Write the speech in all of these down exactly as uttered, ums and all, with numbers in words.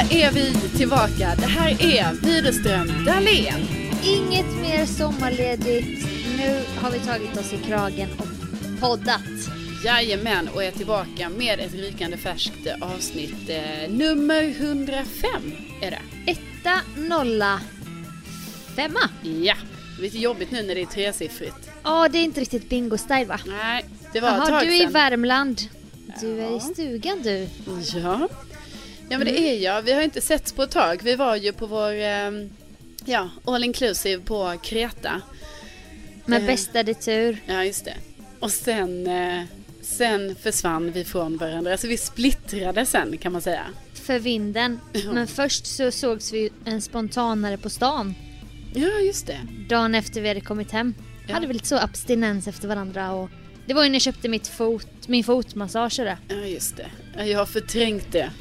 är vi tillbaka. Det här är Widerström Dahlén. Inget mer sommarledigt. Nu har vi tagit oss i kragen och poddat. Jajamän, och är tillbaka med ett rykande färskt avsnitt. Eh, nummer hundrafem är det. Etta, nolla, femma. Ja, det är lite jobbigt nu när det är tresiffrigt. Ja, det är inte riktigt bingo-style, va? Nej, det var ett Jaha, tag du är i sedan. Värmland. Du Ja. är i stugan, du. Ja, ja men det är jag. Vi har inte setts på ett tag. Vi var ju på vår eh, ja, all inclusive på Kreta. Med Eh. bästa det tur. Ja, just det. Och sen, eh, sen försvann vi från varandra. Alltså vi splittrade sen, kan man säga. För vinden. Ja. Men först så sågs vi en spontanare på stan. Ja, just det. Dagen efter vi hade kommit hem. Ja. Hade vi lite så abstinens efter varandra. Och det var ju när jag köpte mitt fot, min fotmassage. Där. Ja, just det. Ja, jag har förträngt det.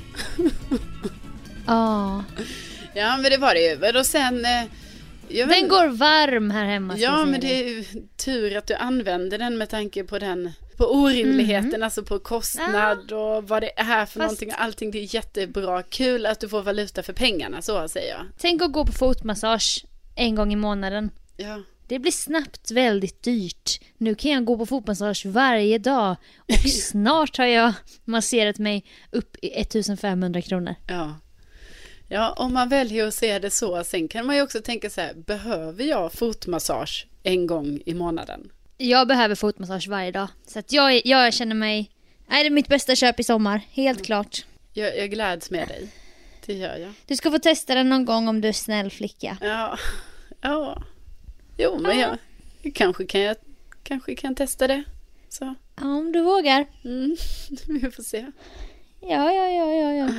Ja. Ja, men det var det ju. Men då sen... Eh, jag Den vet- går varm här hemma. ska jag Ja, säga men det dig. är ju tur att du använder den med tanke på den... På orimligheten, Mhm. alltså på kostnad och vad det är här för Fast- någonting. Allting, det är jättebra. Kul att du får valuta för pengarna, så säger jag. Tänk att gå på fotmassage en gång i månaden. Ja. Det blir snabbt väldigt dyrt. Nu kan jag gå på fotmassage varje dag. Och snart har jag masserat mig upp i ettusenfemhundra kronor. Ja. Ja, om man väljer att se det så. Sen kan man ju också tänka så här, behöver jag fotmassage en gång i månaden? Jag behöver fotmassage varje dag. Så att jag, jag känner mig... Nej, det är mitt bästa köp i sommar. Helt klart. Jag, jag gläds med dig. Det gör jag. Du ska få testa den någon gång om du är snäll flicka. Ja. Ja. Jo, men jag, jag kanske kan jag kanske kan testa det. Så. Ja, om du vågar. Mm. Vi får se. Ja, ja, ja, ja, ja.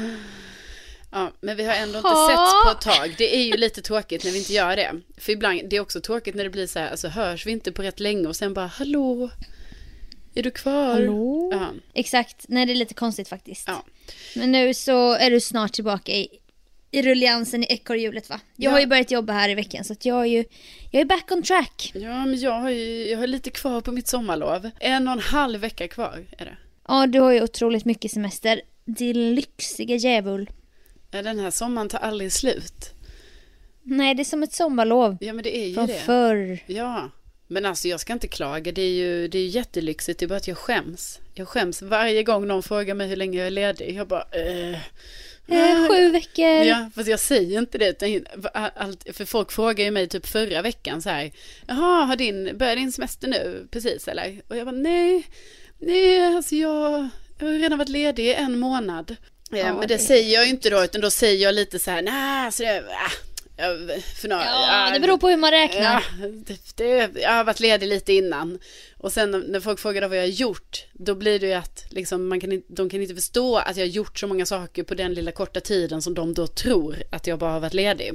Ja, men vi har ändå inte Ha. setts på ett tag. Det är ju lite tråkigt när vi inte gör det. För ibland, det är också tråkigt när det blir så här, alltså hörs vi inte på rätt länge och sen bara, hallå, är du kvar? Hallå? Ja, Exakt. Nej, det är lite konstigt faktiskt. ja. Men nu så är du snart tillbaka i, i rulliansen i ekorrhjulet, va? Jag Ja. har ju börjat jobba här i veckan så att jag är ju jag är back on track. Ja, men jag har ju, jag har lite kvar på mitt sommarlov. En och en halv vecka kvar är det. Ja, du har ju otroligt mycket semester. Din lyxiga djävul. Ja, den här sommaren tar aldrig slut. Nej, det är som ett sommarlov. Ja, men det är ju Från det. förr. Ja, men alltså jag ska inte klaga. Det är ju det är ju jättelyxigt. Det är bara att jag skäms. Jag skäms varje gång någon frågar mig hur länge jag är ledig. Jag bara, eh... Eh, sju veckor. Ja, fast jag säger inte det. Utan allt, för folk frågar ju mig typ förra veckan så här. Jaha, har din, börjar din semester nu? Precis, eller? Och jag bara, nej. Nej, alltså jag, jag har redan varit ledig i en månad. Ja, Ja, men det, det- säger jag ju inte då. Utan då säger jag lite så här, nej, alltså det... Äh, jag- för några, Ja, det beror på hur man räknar. Ja, det, det, jag har varit ledig lite innan. Och sen när folk frågar vad jag har gjort, då blir det ju att liksom, man kan inte, de kan inte förstå att jag har gjort så många saker på den lilla korta tiden som de då tror att jag bara har varit ledig.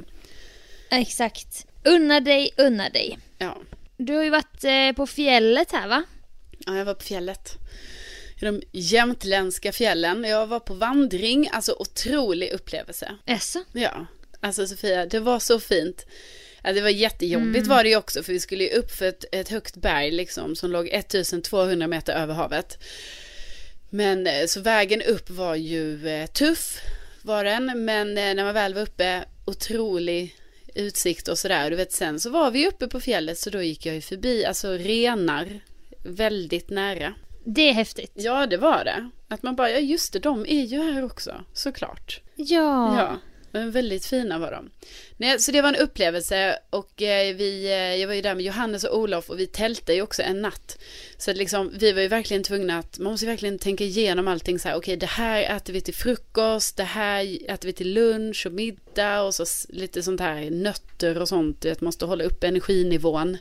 Exakt. Unna dig, unna dig. Ja, Du har ju varit eh, på fjället här, va? ja jag var på fjället. I de jämtländska fjällen. Jag var på vandring, alltså otrolig upplevelse. Jaså? Ja, alltså Sofia, det var så fint. Ja, det var jättejobbigt var det ju också, för vi skulle ju upp för ett, ett högt berg liksom, som låg ettusentvåhundra meter över havet. Men eh, så vägen upp var ju eh, tuff var den, men eh, när man väl var uppe, otrolig utsikt och sådär. Du vet, sen så var vi uppe på fjället, så då gick jag ju förbi, alltså renar, väldigt nära. Det är häftigt. Ja, det var det. Att man bara, ja just det, de är ju här också, såklart. Ja. Ja, men väldigt fina var de. Nej, så det var en upplevelse, och eh, vi, eh, jag var ju där med Johannes och Olof, och vi tältade ju också en natt. Så att liksom, vi var ju verkligen tvungna att, man måste verkligen tänka igenom allting så här, okej, det här äter vi till frukost, det här äter vi till lunch och middag, och så s- lite sånt här nötter och sånt, att man måste hålla upp energinivån.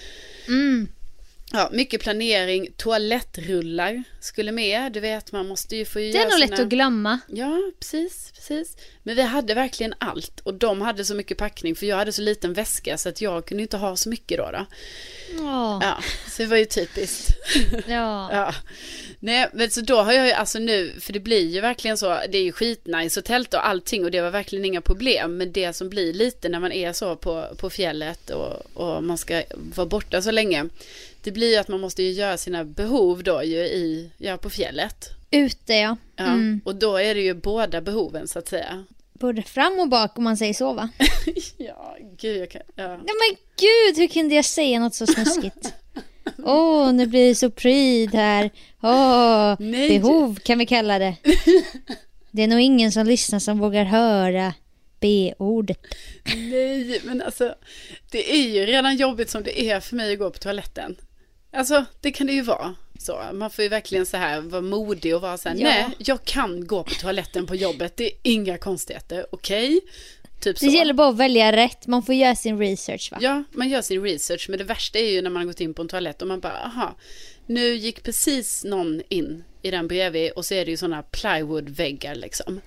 Mm. Ja, mycket planering, toalettrullar skulle med, du vet, man måste ju få ju Det är göra nog lätt sina... att glömma. Ja, precis, precis. Men vi hade verkligen allt, och de hade så mycket packning, för jag hade så liten väska så att jag kunde inte ha så mycket då. då. Ja. Ja, så det var ju typiskt. Ja. Ja. Nej, men så då har jag ju alltså nu, för det blir ju verkligen så, det är ju skitnice och tält och allting, och det var verkligen inga problem, men det som blir lite när man är så på, på fjället och, och man ska vara borta så länge, det blir ju att man måste ju göra sina behov då ju i, ja, på fjället. Ute, ja. Ja, Mm. och då är det ju båda behoven så att säga. både fram och bak om man säger så, va? Ja, gud jag kan... Ja. Nej men gud, hur kunde jag säga något så snuskigt? Åh, oh, nu blir det så pryd här. Åh, oh, behov kan vi kalla det. Det är nog ingen som lyssnar som vågar höra B-ordet. Nej, men alltså det är ju redan jobbigt som det är för mig att gå på toaletten. Alltså, det kan det ju vara så. Man får ju verkligen så här vara modig och vara så här, ja. Nej, jag kan gå på toaletten på jobbet. Det är inga konstigheter, okej? Okay? Typ så. Det gäller bara att välja rätt. Man får göra sin research, va? Ja, man gör sin research. Men det värsta är ju när man har gått in på en toalett och man bara, aha, nu gick precis någon in i den bredvid och så är det ju sådana plywoodväggar liksom.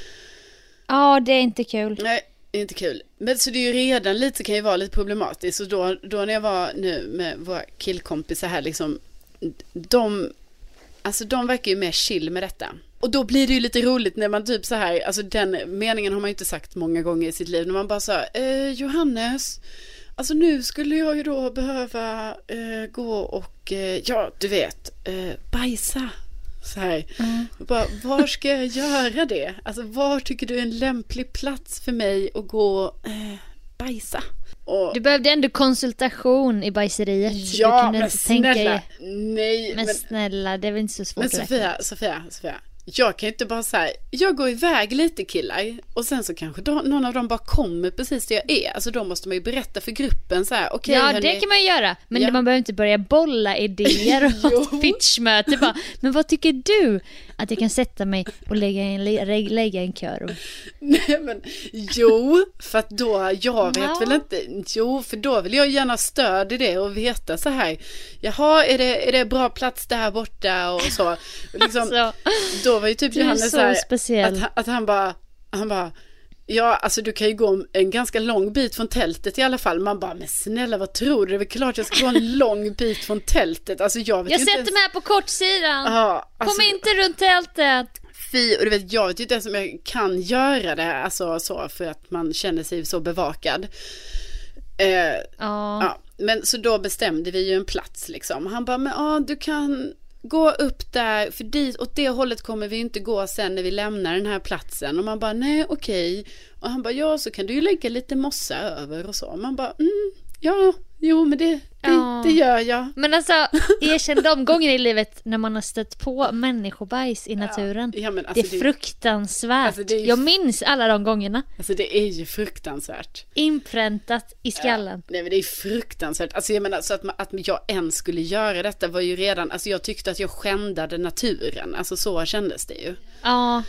Ja, det är inte kul. Nej, inte kul. Men så det är ju redan lite, kan ju vara lite problematiskt. Och då, då när jag var nu med våra killkompisar här liksom, de, alltså de verkar ju mer chill med detta. Och då blir det ju lite roligt när man typ så här, alltså den meningen har man ju inte sagt många gånger i sitt liv, när man bara sa, eh, Johannes, alltså nu skulle jag ju då behöva eh, gå och, eh, ja du vet, eh, bajsa. Så här. Mm. Bara, var ska jag göra det? Alltså var tycker du är en lämplig plats för mig att gå eh, bajsa? Och... Du behövde ändå konsultation i bajseriet. Ja, du kunde men inte snälla. Tänka Nej, men, men snälla, det är väl inte så svårt. Men Sofia, Sofia, Sofia. Jag kan ju inte bara säga, jag går iväg lite killar och sen så kanske då, någon av dem bara kommer precis där jag är. Alltså då måste man ju berätta för gruppen så här, okej, ja, hörni, det kan man ju göra. Men ja. Man behöver inte börja bolla idéer och ha ett pitchmöte. Bara, men vad tycker du att jag kan sätta mig och lägga en, lägga en kör? Nej men, jo, för att då, jag vet ja. väl inte, jo, för då vill jag gärna stöd i det och veta så här, jaha, är det, är det bra plats där borta och så. Och liksom, alltså, då var ju typ Johannes så här, att, att han bara, han bara, ja, alltså du kan ju gå en ganska lång bit från tältet i alla fall. Man bara, men snälla, vad tror du? Det är väl klart jag ska gå en lång bit från tältet. Alltså jag vet jag ju sätter inte ens... mig här på kortsidan. Ja, alltså... Kom inte runt tältet. Fy, och du vet, jag vet ju inte ens om jag kan göra det, alltså så, för att man känner sig så bevakad. Eh, ja. ja. Men så då bestämde vi ju en plats liksom. Han bara, men ja, du kan gå upp där, för dit, åt det hållet kommer vi ju inte gå sen när vi lämnar den här platsen. Och man bara, nej, okej. Och han bara, ja, så kan du ju lägga lite mossa över och så. Och man bara, mm, ja, jo, men det, det, ja. det gör jag. Men alltså, erkänn de gånger i livet när man har stött på människobajs i naturen. Ja, ja, men alltså, det är fruktansvärt. Alltså, det är ju... Jag minns alla de gångerna. Alltså det är ju fruktansvärt. Inpräntat i skallen. Ja, nej, men det är fruktansvärt. Alltså jag menar, så att, man, att jag ens skulle göra detta var ju redan, alltså jag tyckte att jag skändade naturen. Alltså så kändes det ju. Ja.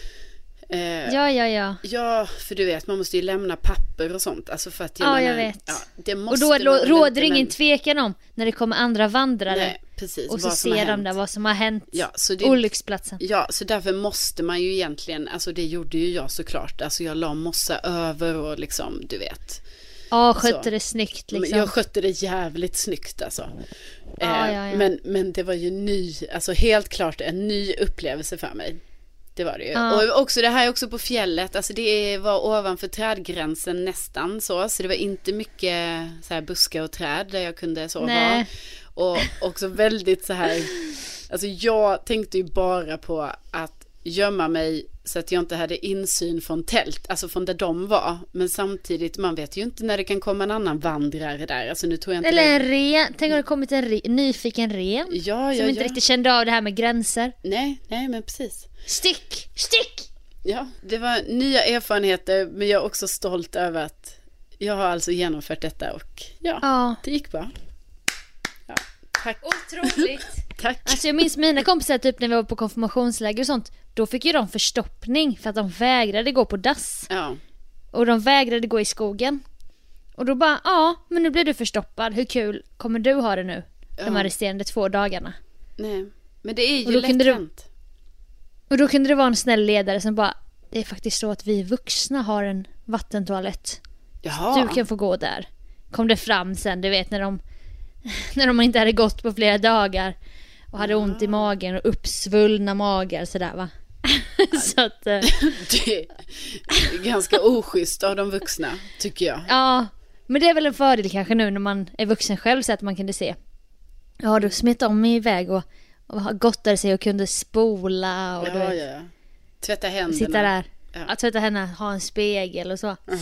Eh, ja, ja, ja. Ja, för du vet, man måste ju lämna papper och sånt. Alltså för att jag ja, menar, jag vet. Ja, det måste och då råder inte, ingen men... tvekan om när det kommer andra vandrare. Nej, precis, och så ser de där vad som har hänt. Ja, så det, olycksplatsen. Ja, så därför måste man ju egentligen, alltså det gjorde ju jag såklart. Alltså jag la mossa över och liksom, du vet. Ja, skötte så. Det snyggt liksom. Jag skötte det jävligt snyggt alltså. Ja, eh, ja, ja. Men, men det var ju ny, alltså helt klart en ny upplevelse för mig. Det var det ju. Ja. Och också det här är också på fjället. Alltså det var ovanför trädgränsen nästan så. Så det var inte mycket så här buskar och träd där jag kunde så vara. Och också väldigt så här. Alltså jag tänkte ju bara på att gömma mig så att jag inte hade insyn från tält. Alltså från där de var. Men samtidigt, man vet ju inte när det kan komma en annan vandrare där. Alltså nu tror jag inte eller en det... ren. Tänk om det kommit en re... nyfiken ren. Ja, ja, som inte ja. riktigt kände av det här med gränser. Nej, nej men precis. Stick, stick! Ja, det var nya erfarenheter, men jag är också stolt över att jag har alltså genomfört detta och ja, ja. det gick bra. Ja, tack. Otroligt. Tack. Alltså jag minns mina kompisar typ när vi var på konfirmationsläger och sånt, då fick ju de förstoppning för att de vägrade gå på dass. Ja. Och de vägrade gå i skogen. Och då bara, ja, men nu blir du förstoppad. Hur kul kommer du ha det nu? Ja. De här resterande två dagarna. Nej, men det är ju lätt hänt. Och då kunde det vara en snäll ledare som bara, det är faktiskt så att vi vuxna har en vattentoalett. Jaha. Du kan få gå där. Kom det fram sen, du vet när de när de inte hade gått på flera dagar och hade ont i magen och uppsvullna magar sådär va. Så att eh... det är ganska oschysst av de vuxna tycker jag. Ja, men det är väl en fördel kanske nu när man är vuxen själv så att man kunde se. Ja, då smet de iväg och och gottade sig och kunde spola och ja, du, ja, ja. Tvätta händerna. Sitta där. Ja. Att tvätta henne, ha en spegel och så. Mm.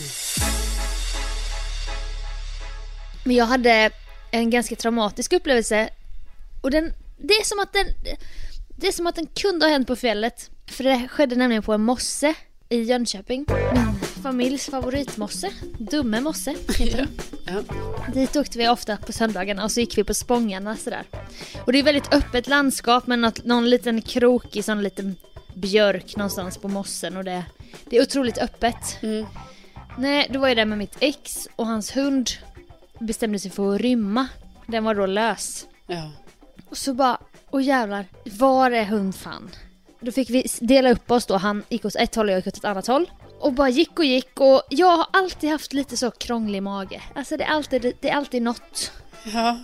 Men jag hade en ganska traumatisk upplevelse. Och den, det är som att den Det är som att den kunde ha hänt på fjället. För det skedde nämligen på en mosse i Jönköping. Min familjs favoritmosse. Dumme mosse. Ja. Ja. Dit åkte vi ofta på söndagarna. Och så gick vi på Spångarna sådär. Och det är väldigt öppet landskap. Med något, någon liten krokig sån liten björk någonstans på mossen. Och det, det är otroligt öppet. Mm. Nej, då var jag där med mitt ex. Och hans hund bestämde sig för att rymma. Den var då lös. Ja. Och så bara, åh jävlar, var är hund fan? Då fick vi dela upp oss då. Han gick åt ett håll och jag gick åt ett annat håll. Och bara gick och gick. Och jag har alltid haft lite så krånglig mage. Alltså det är alltid, det är alltid något. Ja.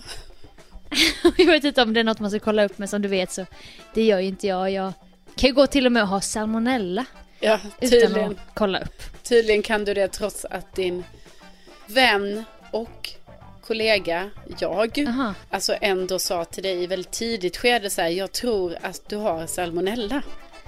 Jag vet inte om det är något man ska kolla upp. Men som du vet så, det gör ju inte jag. Jag kan ju gå till och med och ha salmonella. Ja, utan tydligen. att kolla upp. Tydligen kan du det trots att din vän och kollega, jag, Aha. alltså ändå sa till dig i väldigt tidigt skede så här, jag tror att du har salmonella.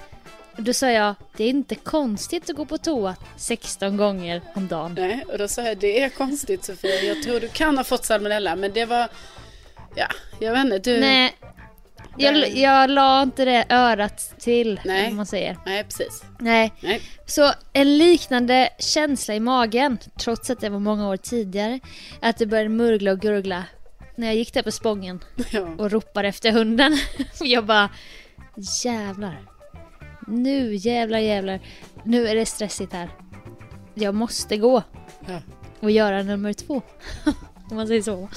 Då sa jag, det är inte konstigt att gå på toa sexton gånger om dagen. Nej, och då sa jag, det är konstigt Sofia, jag tror du kan ha fått salmonella, men det var, ja, jag vet inte, du... Nej, jag, jag la inte det örat till, Nej. om man säger. Nej, precis. Nej. Nej. Så en liknande känsla i magen, trots att det var många år tidigare, att det började murgla och gurgla när jag gick där på Spången Ja. och ropade efter hunden. Och jag bara, jävlar. Nu jävlar jävlar. Nu är det stressigt här. Jag måste gå Ja. och göra nummer två. Om man säger så.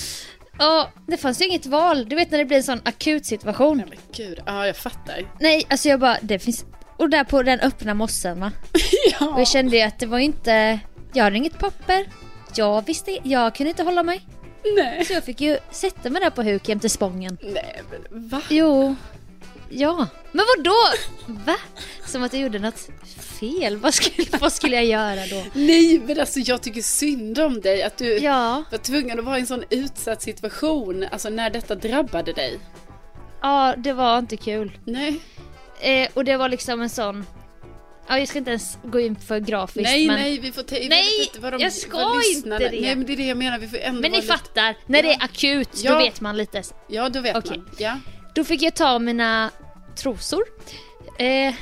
Och det fanns ju inget val. Du vet när det blir en sån akut situation. Ja, men gud, ja, jag fattar. Nej, alltså jag bara, det finns... Och där på den öppna mossen, va? Ja. Och jag kände ju att det var inte... Jag hade inget papper. Jag visste... Jag kunde inte hålla mig. Nej. Så jag fick ju sätta mig där på huk jämte Spången. Nej, men va? Jo. Ja. Men vad då? Va? Som att jag gjorde något fel. Vad skulle, vad skulle jag göra då? Nej, men alltså jag tycker synd om dig att du Ja. var tvungen att vara i en sån utsatt situation, alltså när detta drabbade dig. Ja, det var inte kul. Nej. Eh, och det var liksom en sån... Ja, jag ska inte ens gå in för grafiskt. Nej, men... nej, vi får ta... vi Nej, vet inte vad de, jag ska vad lyssnarna- inte det. Nej, men det är det jag menar, vi får ändå Men vara ni lite- fattar, när Ja. det är akut, Ja. då vet man lite. Ja, då vet Okej. man. Ja. Då fick jag ta mina trosor. Eh,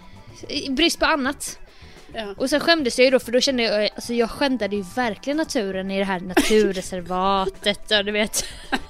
i brist på annat. Ja. Och sen skämdes jag ju då, för då kände jag, alltså jag skändade ju verkligen naturen i det här naturreservatet och du vet.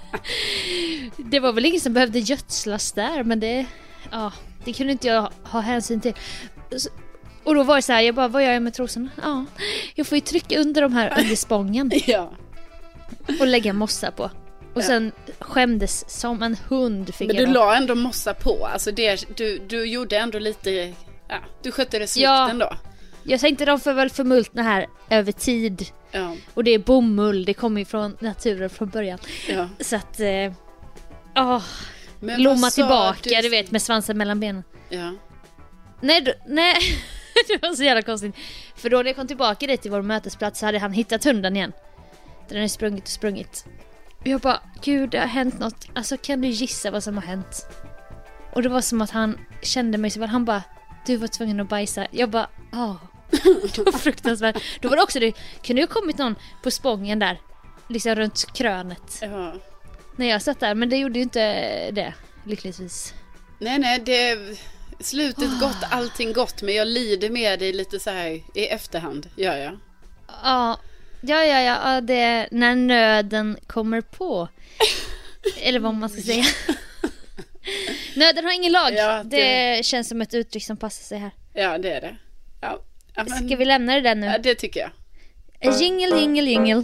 Det var väl ingen som behövde gödslas där, men det, ja, det kunde inte jag ha hänsyn till. Så- Och då var det så här, jag bara, vad gör jag med trosorna? Ja, jag får ju trycka under de här under Spången Ja. och lägga mossa på. Och Ja. sen skämdes som en hund fick Men jag du då. la ändå mossa på, alltså det, du, du gjorde ändå lite, ja, du skötte det snyggt Ja. ändå. Jag tänkte de får väl förmultna här över tid. Ja. Och det är bomull, det kommer ju från naturen från början. Ja. Så att, eh, åh, Men lomma vad sa tillbaka, du... vet, med svansen mellan benen. Ja. Nej, då, nej. Det var så jävla konstigt. För då när jag kom tillbaka dit till vår mötesplats så hade han hittat hunden igen. Den hade sprungit och sprungit. Och jag bara, gud, det har hänt något. Alltså, kan du gissa vad som har hänt? Och det var som att han kände mig så väl. Han bara, du var tvungen att bajsa. Jag bara, ja. Det var fruktansvärt. Då var det också, det kunde ju kommit någon på Spången där. Liksom runt krönet. Ja. När jag satt där, men det gjorde ju inte det, lyckligtvis. Nej, nej, det slutet gott, allting gott, men jag lider med dig lite så här i efterhand, gör jag. Ja, ja, ja, ja, det när nöden kommer på. Eller vad man ska säga. Nöden har ingen lag. Ja, det... det- känns som ett uttryck som passar sig här. Ja, det är det. Ja, ja, men, Ska vi lämna det där nu? ja, det tycker jag. Jingle, jingle, jingle.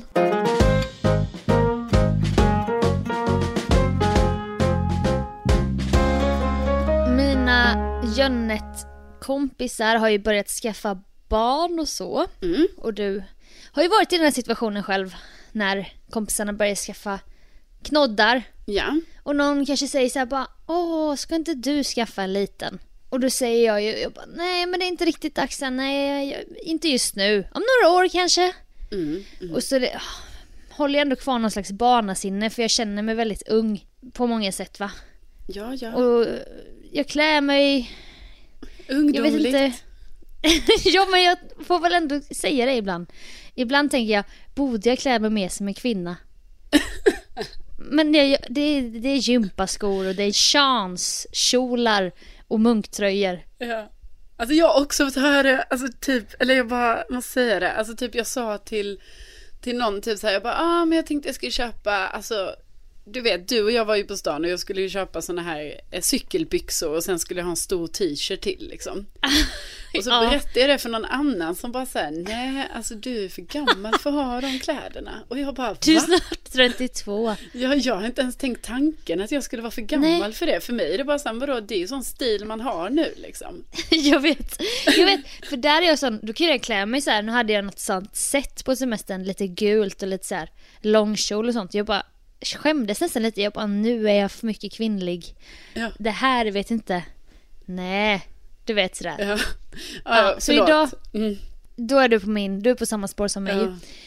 Mina Jönnet-kompisar har ju börjat skaffa barn och så. Mm. Och du har ju varit i den här situationen själv. När kompisarna börjar skaffa knoddar. Ja. Och någon kanske säger så här bara, åh, ska inte du skaffa en liten? Och då säger jag ju, jag bara, nej men det är inte riktigt dags än. Nej, jag, inte just nu. Om några år kanske. Mm. Mm. Och så det, åh, håller jag ändå kvar någon slags barnasinne. För jag känner mig väldigt ung på många sätt, va? Ja, ja. Och jag klär mig, jag vet Ungdomligt. inte. Ja, men jag får väl ändå säga det ibland. Ibland tänker jag, borde jag klä mig mer som en kvinna? Men det, det, det är gympaskor och det är chans, kjolar och munktröjor. Ja. Alltså jag har också fått höra, alltså typ, eller jag bara måste säga det, alltså typ jag sa till, till någon typ så här, jag bara, ah men jag tänkte jag skulle köpa, alltså du vet, du och jag var ju på stan och jag skulle ju köpa såna här eh, cykelbyxor och sen skulle jag ha en stor t-shirt till liksom. Och så Ja. berättade jag det för någon annan som bara säger nej, alltså du är för gammal för att ha de kläderna. Och jag bara, va? Du är snart trettiotvå. Ja, jag har inte ens tänkt tanken att jag skulle vara för gammal Nej. för det. För mig är det bara så här, vadå, det är ju sån stil man har nu liksom. Jag vet, jag vet, för där är jag sån, då kan jag klä mig så här. Nu hade jag något sånt sätt på semestern, lite gult och lite så här långkjol och sånt. Jag bara skämdes nästan lite, jag bara, nu är jag för mycket kvinnlig. Ja. Det här vet inte. Nej, du vet sådär. Ja. Ja, Ja, så förlåt. idag, Mm. då är du på min, du är på samma spår som mig.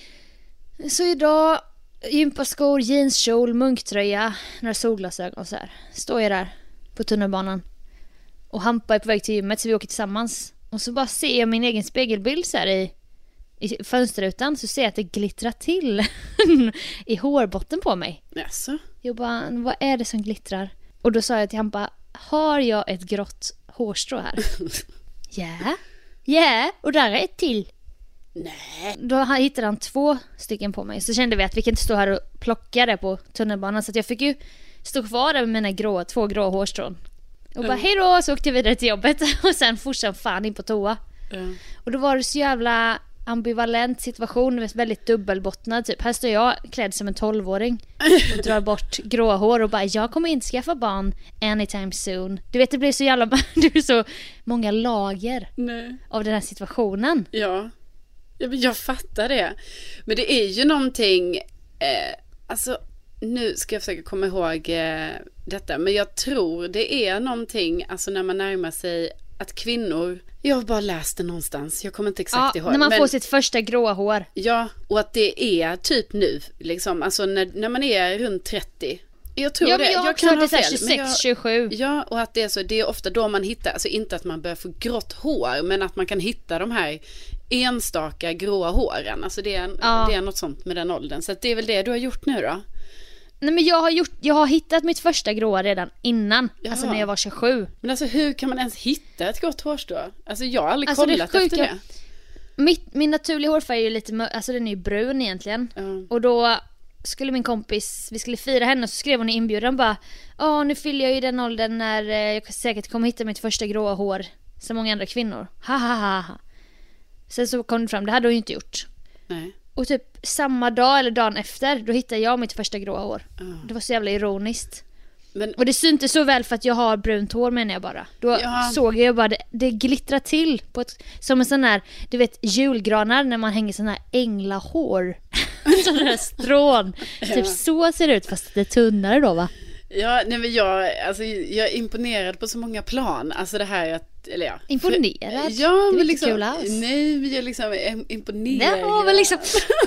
Ja. Så idag, gympaskor, jeanskjol, munktröja, några solglasögon och så här. Står jag där på tunnelbanan och Hampa är på väg till gymmet så vi åker tillsammans. Och så bara ser jag min egen spegelbild så här i, i fönsterrutan, så ser jag att det glittrar till i hårbotten på mig. Jaså? Jag bara, vad är det som glittrar? Och då sa jag till Hampa, har jag ett grått hårstrå här? Ja, ja, och där är ett till. Nej. Då hittade han två stycken på mig. Så kände vi att vi kan inte stå här och plocka det på tunnelbanan. Så att jag fick ju stå kvar där med mina grå, två grå hårstrån. Och bara Mm. hej då, så åkte jag vidare till jobbet. Och sen fortsatte fan in på toa. Ja. Och då var det så jävla ambivalent situation. Väldigt dubbelbottnad typ. Här står jag klädd som en tolvåring och drar bort grå hår och bara, jag kommer inte skaffa barn anytime soon. Du vet, det blir så jävla det blir så många lager Nej. av den här situationen. Ja. Ja, men jag fattar det. Men det är ju någonting, eh, alltså nu ska jag försöka komma ihåg eh, detta, men jag tror det är någonting, alltså när man närmar sig att kvinnor, jag har bara läst det någonstans, jag kommer inte exakt Ja, ihåg. när man men, får sitt första gråa hår. Ja, och att det är typ nu, liksom, alltså när, när man är runt trettio. Jag tror Ja, det, men jag har jag också kan hört ha det så här fel. men jag- tjugosex tjugosju. Ja, och att det är så, det är ofta då man hittar, alltså inte att man börjar få grått hår, men att man kan hitta de här enstaka gråa håren. Alltså det är, en, Ja. det är något sånt med den åldern. Så att det är väl det du har gjort nu då? Nej, men jag har gjort, jag har hittat mitt första gråa redan innan. Jaha. Alltså när jag var tjugosju. Men alltså hur kan man ens hitta ett grått hårstrå? Alltså jag har aldrig Alltså, det kollat sjuka- efter det. Mitt, min naturliga hårfärg är ju lite mör- alltså den är ju brun egentligen. Ja. Och då skulle min kompis, vi skulle fira henne, så skrev hon i inbjudan bara, ja nu fyller jag ju den åldern när eh, jag säkert kommer hitta mitt första gråa hår som många andra kvinnor. Ha ha ha ha. Sen så kom det fram, det hade hon ju inte gjort. Nej. Och typ samma dag eller dagen efter, då hittade jag mitt första gråa hår. Ja. Det var så jävla ironiskt. Men Och det syntes så väl för att jag har brunt hår, menar jag bara. Då Ja. såg jag bara, det, det glittrar till på ett, som en sån här, du vet, julgranar när man hänger sån här änglahår. Sån här strån. Typ så ser det ut, fast det är tunnare då, va? ja, nej men jag, alltså jag är imponerad på så många plan. Alltså det här att, eller ja. Imponerad? Ja, Det är men inte liksom, kul alls. nej, men jag är liksom är imponerad. Ja, men liksom.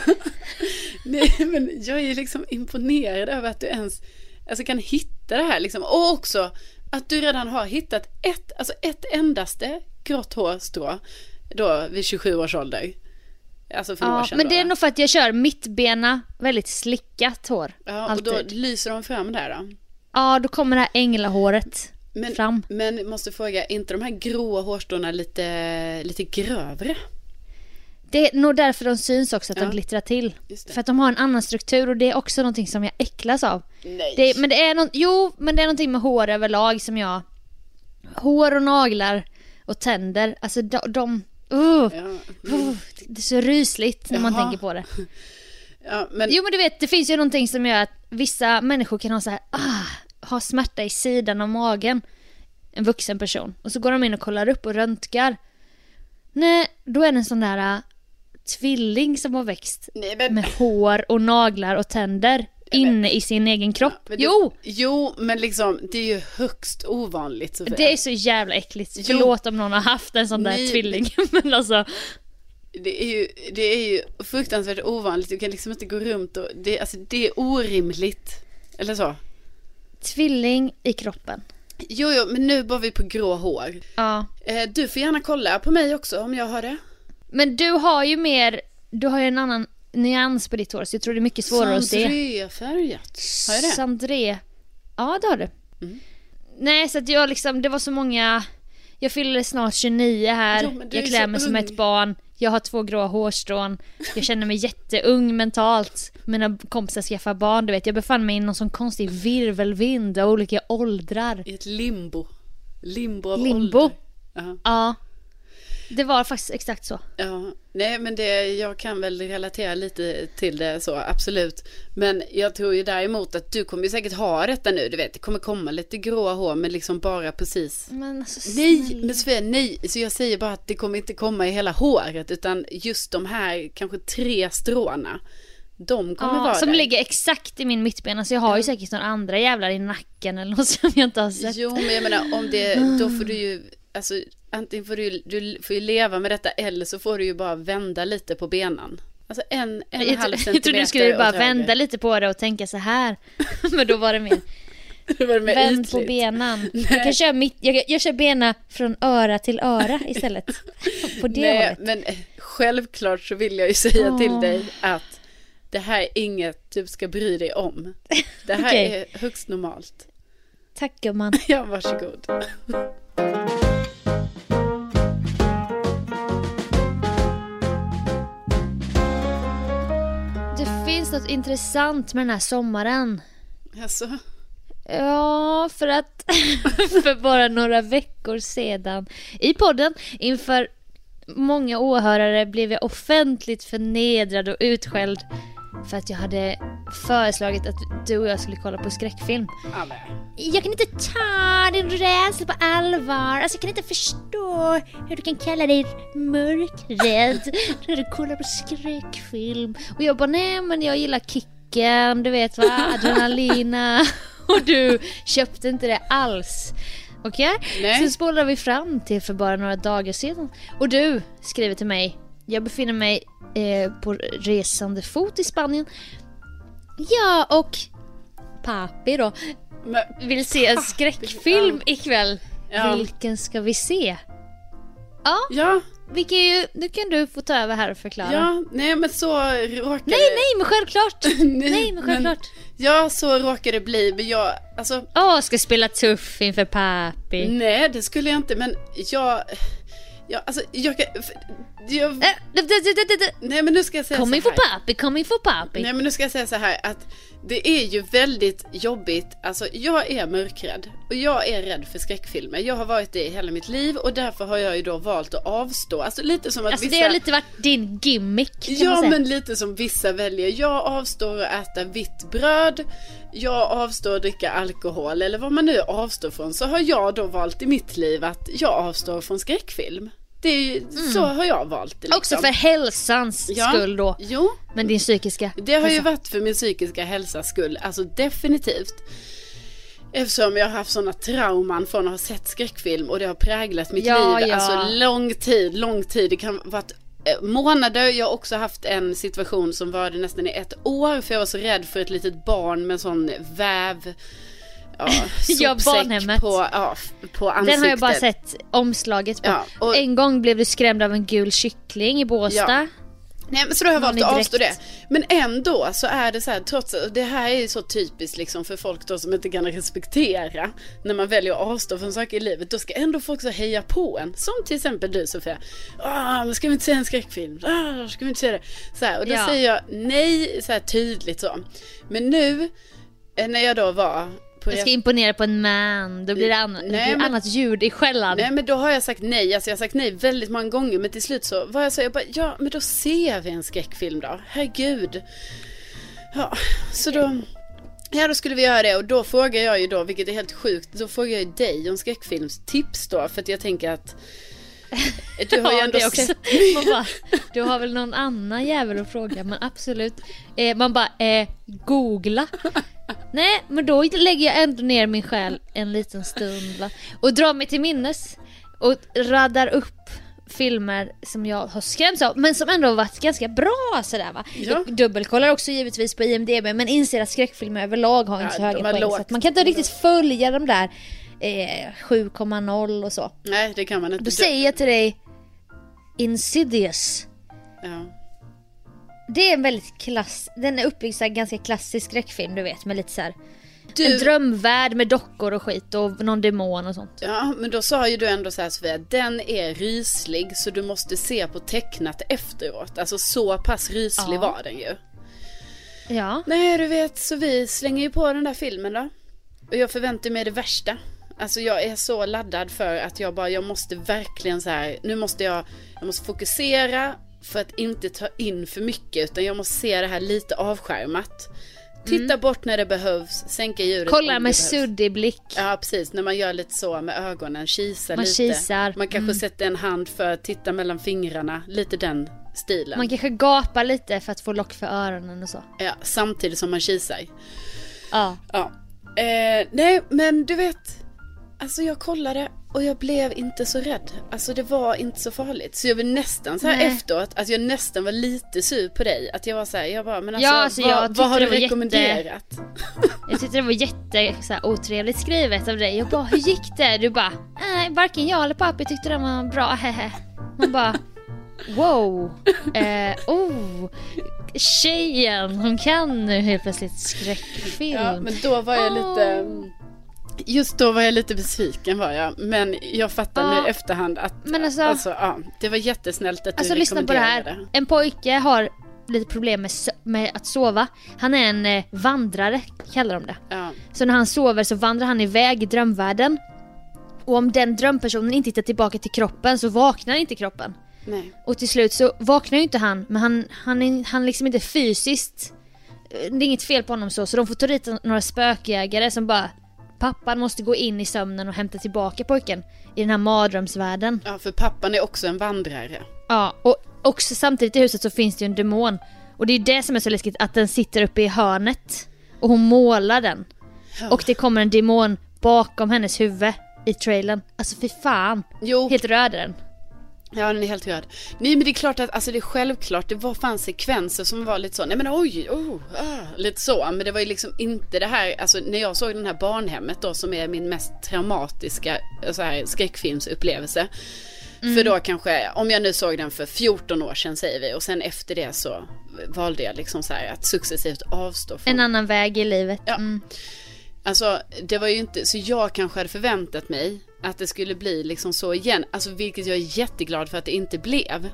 Nej, men jag är liksom imponerad över att du ens alltså, kan hitta det här liksom. Och också att du redan har hittat ett, alltså ett endaste grått hårstrå då vid tjugosju års ålder. Alltså för några år Ja, sedan men då, det är va? nog för att jag kör mittbena, väldigt slickat hår. Ja, och alltid. då lyser de fram där då. Ja, då kommer det här änglahåret Men, fram. men måste fråga, är inte de här gråa hårstråna lite, lite grövre? Det är nog därför de syns också, att Ja. de glittrar till. Just det. För att de har en annan struktur, och det är också någonting som jag äcklas av. Nej. Det, men det är något, jo, men det är någonting med hår överlag som jag... Hår och naglar och tänder, alltså de... de uh, Ja, uh, det är så rysligt när man Jaha. tänker på det. ja, men Jo, men du vet, det finns ju någonting som gör att vissa människor kan ha så här, ah, ha smärta i sidan av magen. En vuxen person. Och så går de in och kollar upp och röntgar. Nej, då är det en sån där uh, tvilling som har växt nej, men, med hår och naglar och tänder inne i sin egen kropp. men det- Jo, Jo, men liksom det är ju högst ovanligt, Sofia. det är så jävla äckligt. Jo. Förlåt om någon har haft en sån där Nej. tvilling. Men alltså, Det är ju, det är ju fruktansvärt ovanligt. Du kan liksom inte gå runt och det, alltså, det är orimligt. Eller så. tvilling i kroppen. jo, jo, men nu var vi på grå hår. Ja. Eh, du får gärna kolla på mig också om jag har det. Men du har ju mer, du har ju en annan nyans på ditt hår, så jag tror det är mycket svårare att se. Sandré-färgat. Har jag det? Sandré. Ja, det har du. Mm. Nej, så att jag liksom, det var så många. Jag fyller snart tjugonio här. Jo, jag klär mig som ett barn. Jag har två grå hårstrån. Jag känner mig jätteung mentalt. Mina kompisar skaffar barn, du vet. Jag befann mig i någon sån konstig virvelvind av olika åldrar. I ett limbo. Limbo av Limbo? ålder. Uh-huh. Ja. Det var faktiskt exakt så. Ja, nej men det, jag kan väl relatera lite till det så, absolut. Men jag tror ju däremot att du kommer ju säkert ha detta nu, du vet. Det kommer komma lite gråa hår, men liksom bara precis. Men alltså, nej, men Sofia, nej. Så jag säger bara att det kommer inte komma i hela håret, utan just de här kanske tre stråna. De kommer ja, vara som där. ligger exakt i min mittben. Alltså jag har ju säkert några andra jävlar i nacken eller något som jag inte har sett. Jo, men jag menar, om det, då får du ju, alltså antingen får du, du får ju leva med detta, eller så får du ju bara vända lite på benen. Alltså en, en jag, halv jag, centimeter. jag trodde du skulle bara åt höger. vända lite på det och tänka så här. Men då var det mer, det var det mer vänd ytligt. på benen. Jag kan köra mitt, jag, jag kör benen från öra till öra istället. På det Nej, hållet. men självklart så vill jag ju säga Åh. till dig att det här är inget du ska bry dig om. Det här Okej. är högst normalt. Tack gumman. Ja, varsågod. Det finns något intressant med den här sommaren. Alltså, Ja, för att för bara några veckor sedan i podden inför många åhörare blev jag offentligt förnedrad och utskälld för att jag hade föreslagit att du och jag skulle kolla på skräckfilm. ja, men. Jag kan inte ta din rädsla på allvar. Alltså jag kan inte förstå hur du kan kalla dig mörkrädd när du kollar på skräckfilm. Och jag bara, nej men jag gillar kicken, du vet va, adrenalina. Och du köpte inte det alls. Okej? Nej. Så spårar vi fram till för bara några dagar sedan. Och du skriver till mig, jag befinner mig eh, på resande fot i Spanien. Ja, och papi då Men, vill se en skräckfilm ikväll. Ja. Vilken ska vi se? Ja, ja, vi kan ju, nu kan du få ta över här och förklara. ja, nej men så råkar Nej, nej, men självklart. nej, men självklart. Ja, så råkar det bli. Men jag, alltså, Åh, ska spela tuff inför papi. nej, det skulle jag inte. Men jag, jag alltså, jag kan, jag, Äh, d- d- d- d- d- nej men nu ska jag säga Kom så in för här. papi, kom in för papi. Nej men nu ska jag säga så här att det är ju väldigt jobbigt. Alltså jag är mörkrädd och jag är rädd för skräckfilmer. Jag har varit det i hela mitt liv och därför har jag ju då valt att avstå. Alltså lite som att Alltså vissa... det har lite varit din gimmick, kan man Ja, säga. men lite som vissa väljer. Jag avstår att äta vitt bröd. Jag avstår att dricka alkohol. Eller vad man nu avstår från. Så har jag då valt i mitt liv att jag avstår från skräckfilm. Det är ju, mm. Så har jag valt det liksom. Också för hälsans Ja. skull då. Jo, Men din psykiska det har ju hälsa. varit för min psykiska hälsas skull. Alltså definitivt. Eftersom jag har haft sådana trauman från att ha sett skräckfilm. Och det har präglat mitt Ja, liv. ja. Alltså lång tid, lång tid. Det kan ha varit eh, månader. Jag har också haft en situation som var det nästan i ett år. För jag var så rädd för ett litet barn med sån väv... Ja, Ja, sopsäck barnhemmet. på, ja, på ansiktet. Den har jag bara sett omslaget på. Ja, och- En gång blev du skrämd av en gul kyckling i Båstad. Ja. Nej, men så då har jag Någon valt att är avstå det. direkt. Men ändå så är det så här, trots att det här är ju så typiskt liksom för folk då som inte kan respektera när man väljer att avstå från saker i livet. Då ska ändå folk så heja på en. Som till exempel du, Sofia. Ah, men ska vi inte se en skräckfilm? Ah, ska vi inte se det? Så här, och då Ja. säger jag nej så här tydligt så. Men nu eh, när jag då var på Jag ska imponera på en man. Då blir det, an- det Nej, blir men- annat ljud i skällan. Nej, men då har jag sagt nej. Alltså jag har sagt nej väldigt många gånger. Men till slut så var jag så jag bara, ja men då ser vi en skräckfilm då. Herregud. Ja, så då Ja, då skulle vi göra det. Och då frågar jag ju då, vilket är helt sjukt, då frågar jag ju dig om skräckfilmstips då. För att jag tänker att du har ju Ja, ändå det också. sett Man bara, du har väl någon annan jävel att fråga. Men absolut. Eh, man bara, eh, googla. Nej, men då lägger jag ändå ner min själ en liten stund va? Och drar mig till minnes och raddar upp filmer som jag har skrämts av, men som ändå har varit ganska bra sådär va. Ja. Jag dubbelkollar också givetvis på I M D B, men inser att skräckfilmer överlag har inte Ja, så höga de har poäng, lågt. så att man kan inte riktigt följa de där eh, sju komma noll och så. Nej, det kan man inte. Då säger jag till dig Insidious. Ja. Det är en väldigt klass, den är uppbyggd så här ganska klassisk skräckfilm, du vet, med lite så här Du... en drömvärld med dockor och skit och någon demon och sånt. Ja, men då sa ju du ändå så här, Sofia, den är ryslig så du måste se på tecknat efteråt. Alltså så pass ryslig Ja. var den ju. Ja. Nej, du vet, så vi slänger ju på den där filmen då. Och jag förväntar mig det värsta. Alltså jag är så laddad för att jag bara, jag måste verkligen så här, nu måste jag, jag måste fokusera för att inte ta in för mycket, utan jag måste se det här lite avskärmat. Titta mm. bort när det behövs, sänka ljudet. Kolla med suddig blick. Ja, precis, när man gör lite så med ögonen, kisar man lite. Kisar. Man kanske mm. sätter en hand för att titta mellan fingrarna, lite den stilen. Man kanske gapar lite för att få lock för öronen och så. Ja, samtidigt som man kisar. Ja. Ja. Eh, nej, men du vet, alltså jag kollade och jag blev inte så rädd. Alltså det var inte så farligt. Så jag var nästan så här nej. efteråt, att jag nästan var lite sur på dig. Att jag var så här, jag bara, men alltså, ja, alltså vad, jag vad har du rekommenderat? Jätte... jag tyckte det var jätte så här, otrevligt skrivet av dig. Jag bara, hur gick det? Du bara, nej, varken jag eller pappa tyckte det var bra. Man bara, wow. Eh, oh. Tjejen, hon kan nu helt plötsligt skräckfilm. Ja, men då var jag oh. lite... Just då var jag lite besviken var jag. Men jag fattar ja. nu i efterhand att men alltså, alltså, ja, det var jättesnällt att alltså, du lyssna på det här. det. En pojke har lite problem med, med att sova. Han är en eh, vandrare, kallar de det. Ja. Så när han sover så vandrar han iväg i drömvärlden. Och om den drömpersonen inte hittar tillbaka till kroppen så vaknar inte kroppen. Nej. Och till slut så vaknar ju inte han. Men han, han, är, han liksom inte fysiskt. Det är inget fel på honom så. Så de får ta dit några spökjägare som bara, pappan måste gå in i sömnen och hämta tillbaka pojken i den här mardrömsvärlden. Ja, för pappan är också en vandrare. Ja, och också samtidigt i huset så finns det ju en demon. Och det är ju det som är så läskigt, att den sitter uppe i hörnet. Och hon målar den. Ja. Och det kommer en demon bakom hennes huvud i trailern. Alltså fy fan. Jo. Helt röd är den. Ja, den är helt röd. Nej, men det är klart att, alltså det är självklart, det var fan sekvenser som var lite så, nej men oj, oh, ah, lite så, men det var ju liksom inte det här, alltså när jag såg den här barnhemmet då, som är min mest traumatiska så här, skräckfilmsupplevelse, mm. för då kanske, om jag nu såg den för fjorton år sedan säger vi, och sen efter det så valde jag liksom så här att successivt avstå från... En annan väg i livet. Ja. Mm. Alltså det var ju inte, så jag kanske hade förväntat mig att det skulle bli liksom så igen, alltså vilket jag är jätteglad för att det inte blev.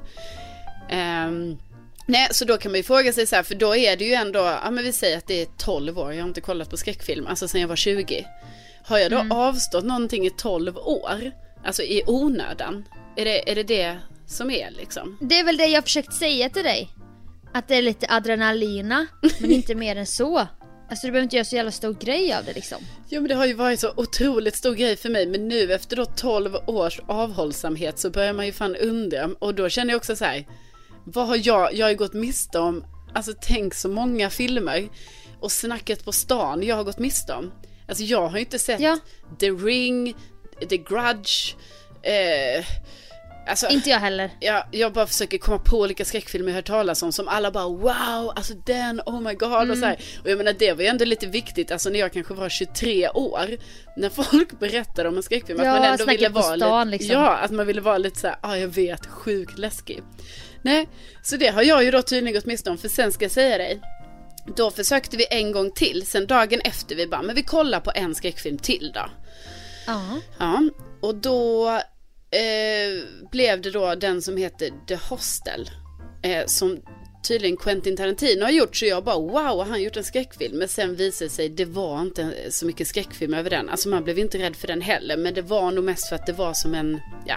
Um, nej, så då kan man ju fråga sig så här, för då är det ju ändå, ja men vi säger att det är tolv år, jag har inte kollat på skräckfilm, alltså sen jag var tjugo. Har jag då mm. avstått någonting i tolv år, alltså i onödan? Är det, är det det som är liksom? Det är väl det jag försökt säga till dig, att det är lite adrenalina, men inte mer än så. Alltså du behöver inte göra så jävla stor grej av det liksom. Jo, men det har ju varit så otroligt stor grej för mig. Men nu efter då tolv års avhållsamhet så börjar man ju fan undra. Och då känner jag också så här, vad har jag, jag har ju gått miste om, alltså tänk så många filmer och Snacket på stan jag har gått miste om. Alltså jag har ju inte sett ja. The Ring, The Grudge, eh, alltså, inte jag heller. Jag, jag bara försöker komma på olika skräckfilmer jag hört talas om som alla bara wow, alltså den, oh my god mm. och så här. Och jag menar det var ju ändå lite viktigt, alltså när jag kanske var tjugotre år, när folk berättade om en skräckfilm, ja, att man ändå ville vara stan, lite, liksom. ja, att man ville vara lite så här, ja ah, jag vet, sjukt läskig. Nej, så det har jag ju då tydligen gått miste om, för sen ska jag säga dig, då försökte vi en gång till, sen dagen efter vi bara, men vi kollar på en skräckfilm till då. Uh-huh. Ja, och då eh, blev det då den som heter The Hostel, eh, som tydligen Quentin Tarantino har gjort, så jag bara wow, han har gjort en skräckfilm, men sen visade sig det var inte så mycket skräckfilm över den, alltså man blev inte rädd för den heller, men det var nog mest för att det var som en, ja,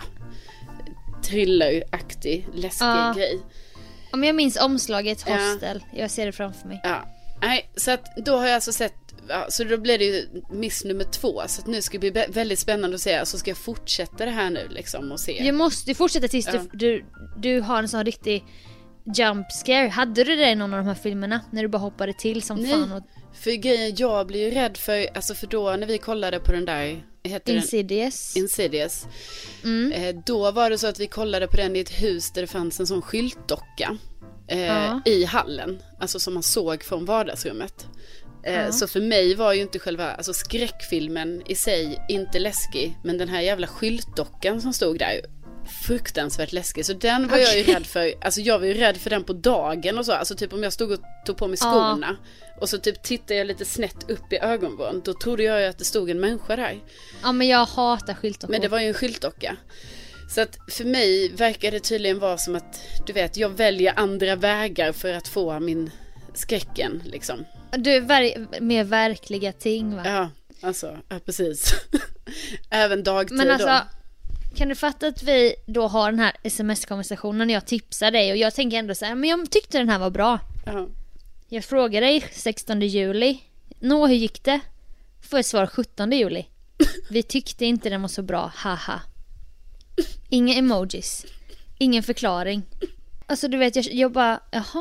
thrilleraktig, läskig uh. grej. Om jag minns omslaget Hostel, ja. Jag ser det framför mig. Ja, nej, så att då har jag alltså sett, ja, så då blev det ju miss nummer två, så att nu ska det bli väldigt spännande att se, så ska jag fortsätta det här nu liksom och se. Jag måste fortsätta tills ja. du, du, du har en sån riktig jump scare. Hade du det i någon av de här filmerna när du bara hoppade till som nej, fan? Och... för grejen, jag blir ju rädd för, alltså för då när vi kollade på den där, heter Insidious. Den? Insidious. Mm. Eh, då var det så att vi kollade på den i ett hus där det fanns en sån skyltdocka eh, ja. i hallen, alltså som man såg från vardagsrummet. Ja. Så för mig var ju inte själva alltså skräckfilmen i sig inte läskig, men den här jävla skyltdockan som stod där fruktansvärt läskig. Så den var okay. jag ju rädd för. Alltså jag var ju rädd för den på dagen och så. Alltså typ om jag stod och tog på mig skorna ja. och så typ tittade jag lite snett upp i ögonvrån, då trodde jag ju att det stod en människa där. Ja, men jag hatar skyltdockor. Men det var ju en skyltdocka. Så att för mig verkar det tydligen vara som att, du vet, jag väljer andra vägar för att få min skräcken liksom. Du är ver- mer verkliga ting, va? Ja, alltså, ja precis. Även dagtid. Men alltså, då. Kan du fatta att vi då har den här sms-konversationen, jag tipsar dig och jag tänker ändå så här, men jag tyckte den här var bra. Ja. Jag frågar dig sextonde juli. Nå, hur gick det? Får jag svar sjuttonde juli. Vi tyckte inte den var så bra, haha. Inga emojis. Ingen förklaring. Alltså du vet, jag, jag bara, jaha.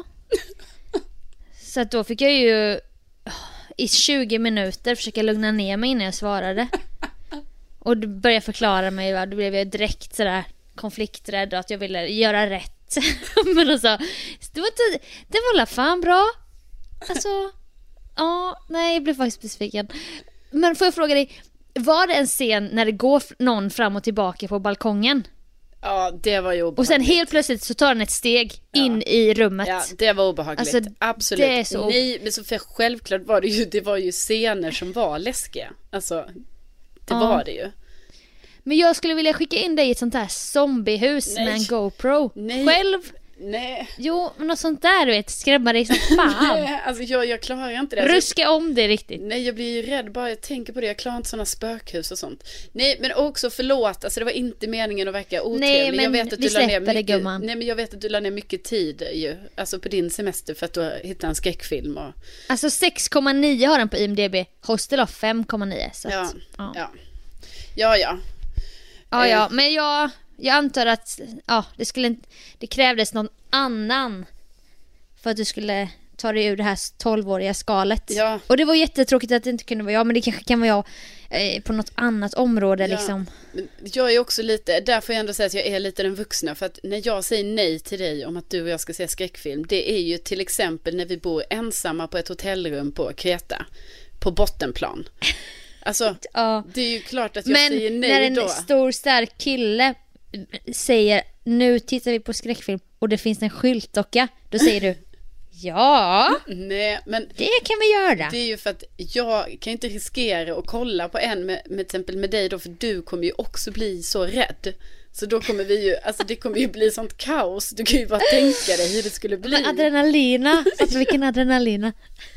Så att då fick jag ju i tjugo minuter försöka lugna ner mig innan jag svarade. Och du började förklara mig, va? Då blev jag direkt sådär konflikträdd och att jag ville göra rätt. Men alltså, det var, inte, det var alla fan bra. Alltså, ja, nej, jag blev faktiskt besviken. Men får jag fråga dig, var det en scen när det går någon fram och tillbaka på balkongen? Ja, det var ju obehagligt. Och sen helt plötsligt så tar den ett steg in ja. i rummet. Ja, det var obehagligt. Alltså, absolut. Det är så... Nej, men så för självklart var det ju, det var ju scener som var läskiga. Alltså, det ja. var det ju. Men jag skulle vilja skicka in dig i ett sånt här zombiehus Nej. med en GoPro. Nej. Själv. Nej. Jo, men något sånt där, du vet, skrämma dig som fan. Nej, alltså jag, jag klarar inte det. Alltså, ruska om det riktigt. Nej, jag blir ju rädd bara jag tänker på det. Jag klarar inte såna spökhus och sånt. Nej, men också förlåt. Alltså det var inte meningen att verka otrevlig. Nej, men jag vet att vi du la ner mycket, det, gumman. Nej, men jag vet att du la ner mycket tid ju. Alltså på din semester för att du hittat en skräckfilm. Och... Alltså sex komma nio har den på I M D B. Hostel har fem komma nio. Så ja, att, ja, ja. Ja, ja. Ja, ja, men jag, jag antar att ja, det, skulle, det krävdes någon annan för att du skulle ta dig ur det här tolvåriga skalet. Ja. Och det var jättetråkigt att det inte kunde vara jag, men det kanske kan vara jag eh, på något annat område. Ja. Liksom. Men jag är också lite, där får jag ändå säga att jag är lite den vuxna, för att när jag säger nej till dig om att du och jag ska se skräckfilm, det är ju till exempel när vi bor ensamma på ett hotellrum på Kreta, på bottenplan. Alltså, ja. det är ju klart att jag men säger nej när en då. stor stark kille säger nu tittar vi på skräckfilm och det finns en skyltdocka, då säger du ja, nej, men det kan vi göra. Det är ju för att jag kan inte riskera att kolla på en med, med till exempel med dig då, för du kommer ju också bli så rädd. Så då kommer vi ju, alltså det kommer ju bli sånt kaos. Du kan ju bara tänka dig hur det skulle bli. Men adrenalina, alltså vilken adrenalina.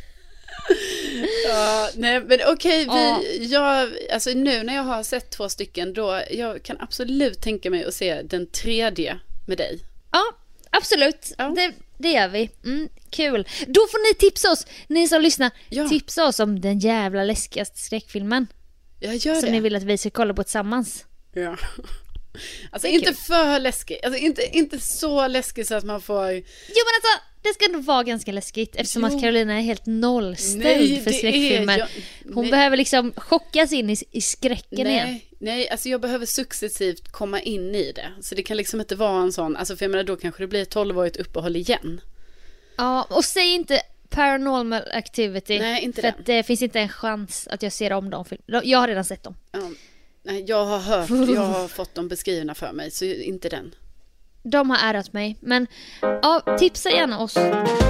Ja, nej, men okej, vi, jag, alltså nu när jag har sett två stycken då, jag kan absolut tänka mig att se den tredje med dig. Ja, absolut, ja. Det, det gör vi. Mm, kul. Då får ni tipsa oss, ni som lyssnar, ja. tipsa oss om den jävla läskigaste skräckfilmen. Jag gör det. Som ni vill att vi ska kolla på tillsammans. Ja. Alltså inte kul. För läskig, alltså inte, inte så läskig så att man får... Jo, men alltså det ska nog vara ganska läskigt eftersom jo. att Carolina är helt nollställd nej, för skräckfilmer. Jag, Hon nej. behöver liksom chockas in i, i skräcken nej, igen. Nej, alltså jag behöver successivt komma in i det. Så det kan liksom inte vara en sån, alltså för jag menar då kanske det blir ett tolvårigt uppehåll igen. Ja, och säg inte Paranormal Activity. Nej, inte för den. Att det finns inte en chans att jag ser om dem filmerna. Jag har redan sett dem. Ja. Nej, jag har hört, jag har fått dem beskrivna för mig, så inte den. De har ärat mig, men ja, tipsa gärna oss.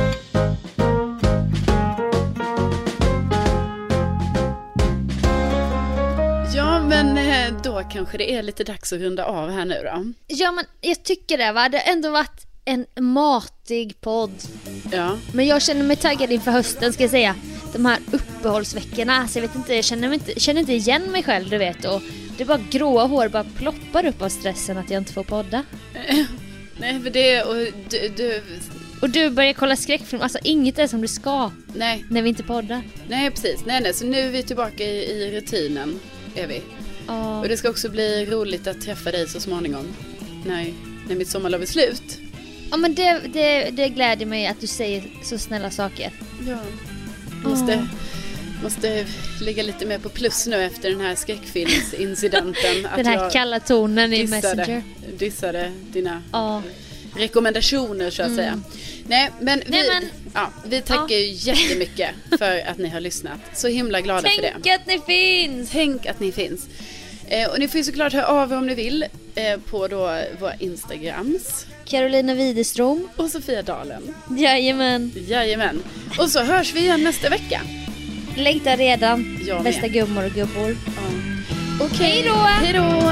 Ja, men då kanske det är lite dags att runda av här nu då. Ja, men jag tycker det, va? Det har ändå varit en matig podd. Ja. Men jag känner mig taggad inför hösten, ska jag säga. De här uppehållsveckorna, så jag vet inte, jag känner, mig inte, känner inte igen mig själv, du vet. Och det är bara gråa hår, bara ploppar upp av stressen att jag inte får podda. Nej, för det, och du, du... Och du börjar kolla skräckfilm, alltså inget är som du ska. Nej. När vi inte poddar. Nej, precis. Nej, nej, så nu är vi tillbaka i, i rutinen, är vi. Oh. Och det ska också bli roligt att träffa dig så småningom. Nej, när mitt sommarlov är slut. Ja, men det, det, det gläder mig att du säger så snälla saker. Ja. Måste, oh. måste ligga lite mer på plus nu efter den här skräckfilmsincidenten. Den här kalla tonen i Messenger. Dissade dina oh. rekommendationer så att mm. säga. Nej, men vi, Nej, men, ja, vi tackar ja. ju jättemycket för att ni har lyssnat. Så himla glada Tänk för det. Tänk att ni finns! Tänk att ni finns. Eh, och ni får ju såklart höra av er om ni vill eh, på då våra Instagrams. Carolina Widerström. Och Sofia Dalen. Jajamän. Jajamän. Och så hörs vi igen nästa vecka. Längtar redan. Bästa gummor och gubbor. Ja. Okej, hej då! Hej då!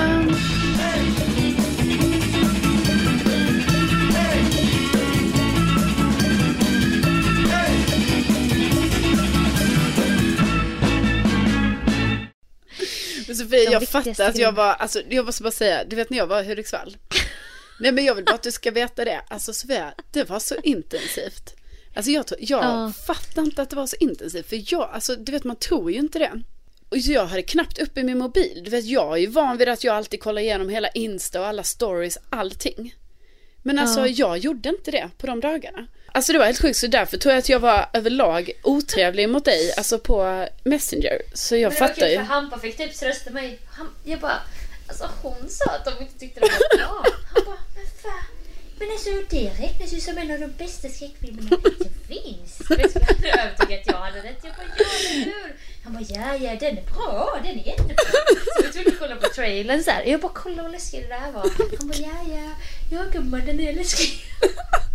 Sofie, jag fattar att jag var, alltså jag måste bara säga, du vet när jag var i Hudiksvall. Nej, men jag vill bara att du ska veta det. Alltså Sofia, det var så intensivt. Alltså jag, jag ja. fattar inte att det var så intensivt. För jag, alltså du vet, man tror ju inte det. Och jag hade knappt uppe min mobil. Du vet, jag är ju van vid att jag alltid kollar igenom hela Insta och alla stories, allting. Men alltså ja. jag gjorde inte det på de dagarna. Alltså det var helt sjukt, så därför tror jag att jag var överlag otrevlig mot dig, alltså på Messenger. Så jag fattar ju. Men det var kul för Hampa fick typ trösta mig. Han, jag bara, alltså hon sa att de inte tyckte det var bra. Han bara, men fan. Men alltså det räknas ju som en av de bästa skräckfilmerna det finns. Jag skulle övertyga att jag hade rätt. Jag bara, ja, eller hur? Han bara, ja, ja, den är bra, den är jättebra. Så jag trodde kolla på trailern så här. Jag bara, kolla vad läskig det där var. Han bara, ja, ja, ja, gumman, den är läskig.